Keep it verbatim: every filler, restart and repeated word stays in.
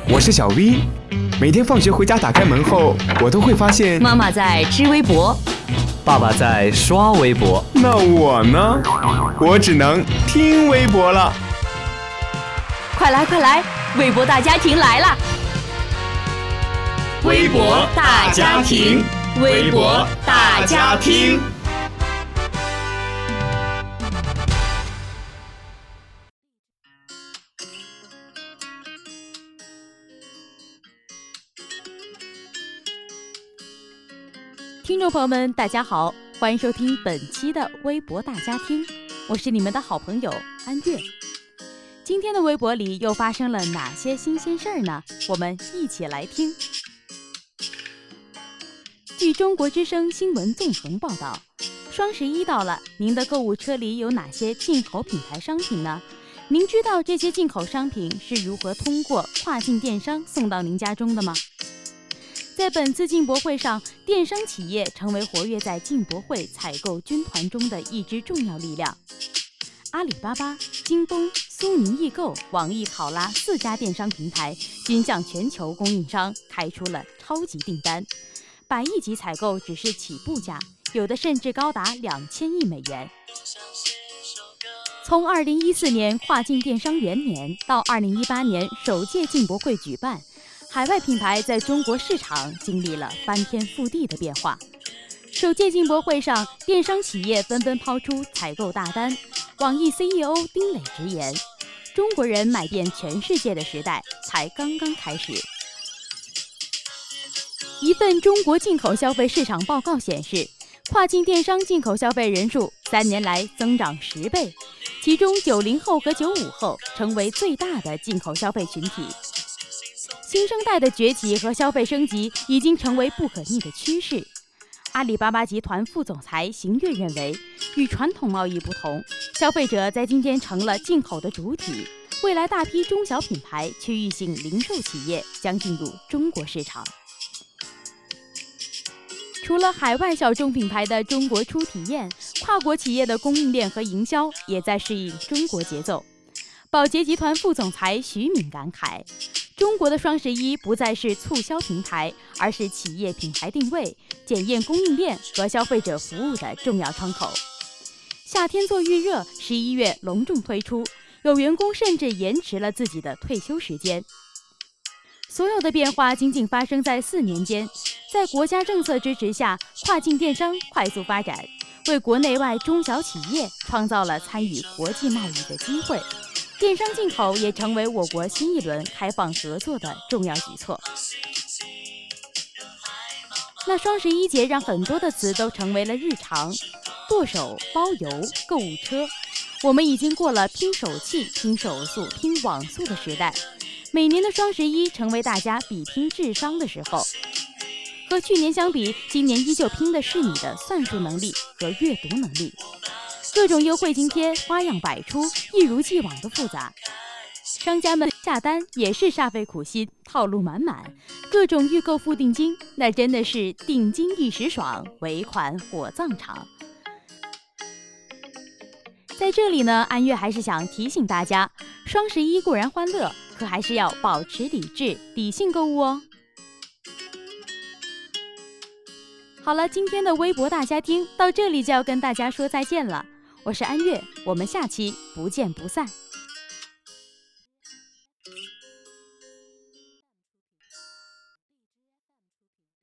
我是小 V， 每天放学回家打开门后，我都会发现妈妈在吃微博， 爸爸在刷微博， 那我呢？我只能听微博了。 快来快来，微博大家庭来了！ 微博大家庭，微博大家庭。 听众朋友们，大家好，欢迎收听本期的微博大家庭，我是你们的好朋友安月。今天的微博里又发生了哪些新鲜事儿呢？我们一起来听。据中国之声新闻纵横报道，双十一到了，您的购物车里有哪些进口品牌商品呢？您知道这些进口商品是如何通过跨境电商送到您家中的吗？在本次进博会上，电商企业成为活跃在进博会采购军团中的一支重要力量。阿里巴巴、京东、苏宁易购、网易考拉四家电商平台均向全球供应商开出了超级订单，百亿级采购只是起步价，有的甚至高达两千亿美元。从二零一四年跨境电商元年到二零一八年首届进博会举办，海外品牌在中国市场经历了翻天覆地的变化。首届进博会上，电商企业纷纷抛出采购大单。网易 C E O 丁磊直言，中国人买遍全世界的时代才刚刚开始。一份中国进口消费市场报告显示，跨境电商进口消费人数三年来增长十倍，其中九零后和九五后成为最大的进口消费群体。新生代的崛起和消费升级已经成为不可逆的趋势。阿里巴巴集团副总裁邢跃认为，与传统贸易不同，消费者在今天成了进口的主体，未来大批中小品牌、区域性零售企业将进入中国市场。除了海外小众品牌的中国初体验，跨国企业的供应链和营销也在适应中国节奏。宝洁集团副总裁徐敏感慨，中国的双十一不再是促销平台，而是企业品牌定位、检验供应链和消费者服务的重要窗口。夏天做预热，十一月隆重推出，有员工甚至延迟了自己的退休时间。所有的变化仅仅发生在四年间，在国家政策支持下，跨境电商快速发展，为国内外中小企业创造了参与国际贸易的机会。电商进口也成为我国新一轮开放合作的重要举措。那双十一节让很多的词都成为了日常，剁手、包邮、购物车，我们已经过了拼手气、拼手速、拼网速的时代。每年的双十一成为大家比拼智商的时候。和去年相比，今年依旧拼的是你的算术能力和阅读能力。各种优惠津贴花样百出，一如既往的复杂。商家们下单也是煞费苦心，套路满满，各种预购付定金，那真的是定金一时爽，尾款火葬场。在这里呢，安月还是想提醒大家，双十一固然欢乐，可还是要保持理智，理性购物哦。好了，今天的微博大家听到这里就要跟大家说再见了。我是安月，我们下期不见不散。